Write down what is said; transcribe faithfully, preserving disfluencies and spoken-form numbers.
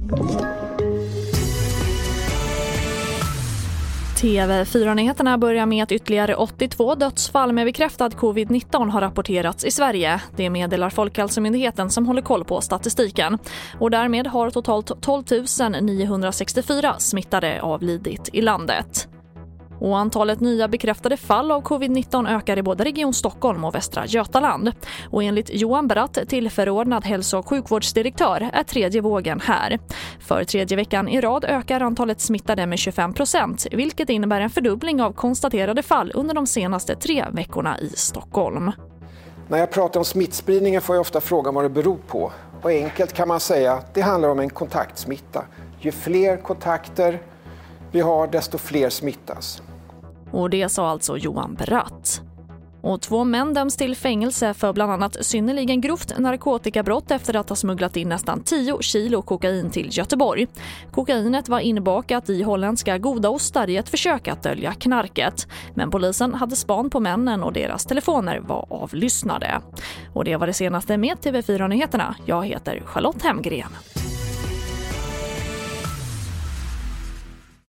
T V fyra-nyheterna börjar med att ytterligare åttiotvå dödsfall med bekräftad covid nitton har rapporterats i Sverige. Det meddelar Folkhälsomyndigheten som håller koll på statistiken. Och därmed har totalt tolv tusen niohundrasextiofyra smittade avlidit i landet. Och antalet nya bekräftade fall av covid nitton ökar i både Region Stockholm och Västra Götaland. Och enligt Johan Bratt, tillförordnad hälso- och sjukvårdsdirektör, är tredje vågen här. För tredje veckan i rad ökar antalet smittade med tjugofem procent, vilket innebär en fördubbling av konstaterade fall under de senaste tre veckorna i Stockholm. När jag pratar om smittspridningen får jag ofta frågan vad det beror på. Och enkelt kan man säga att det handlar om en kontaktsmitta. Ju fler kontakter vi har, desto fler smittas. Och det sa alltså Johan Bratt. Och två män döms till fängelse för bland annat synnerligen grovt narkotikabrott efter att ha smugglat in nästan tio kilo kokain till Göteborg. Kokainet var inbakat i holländska godaostar i ett försök att dölja knarket. Men polisen hade span på männen och deras telefoner var avlyssnade. Och det var det senaste med T V fyra-nyheterna. Jag heter Charlotte Hemgren.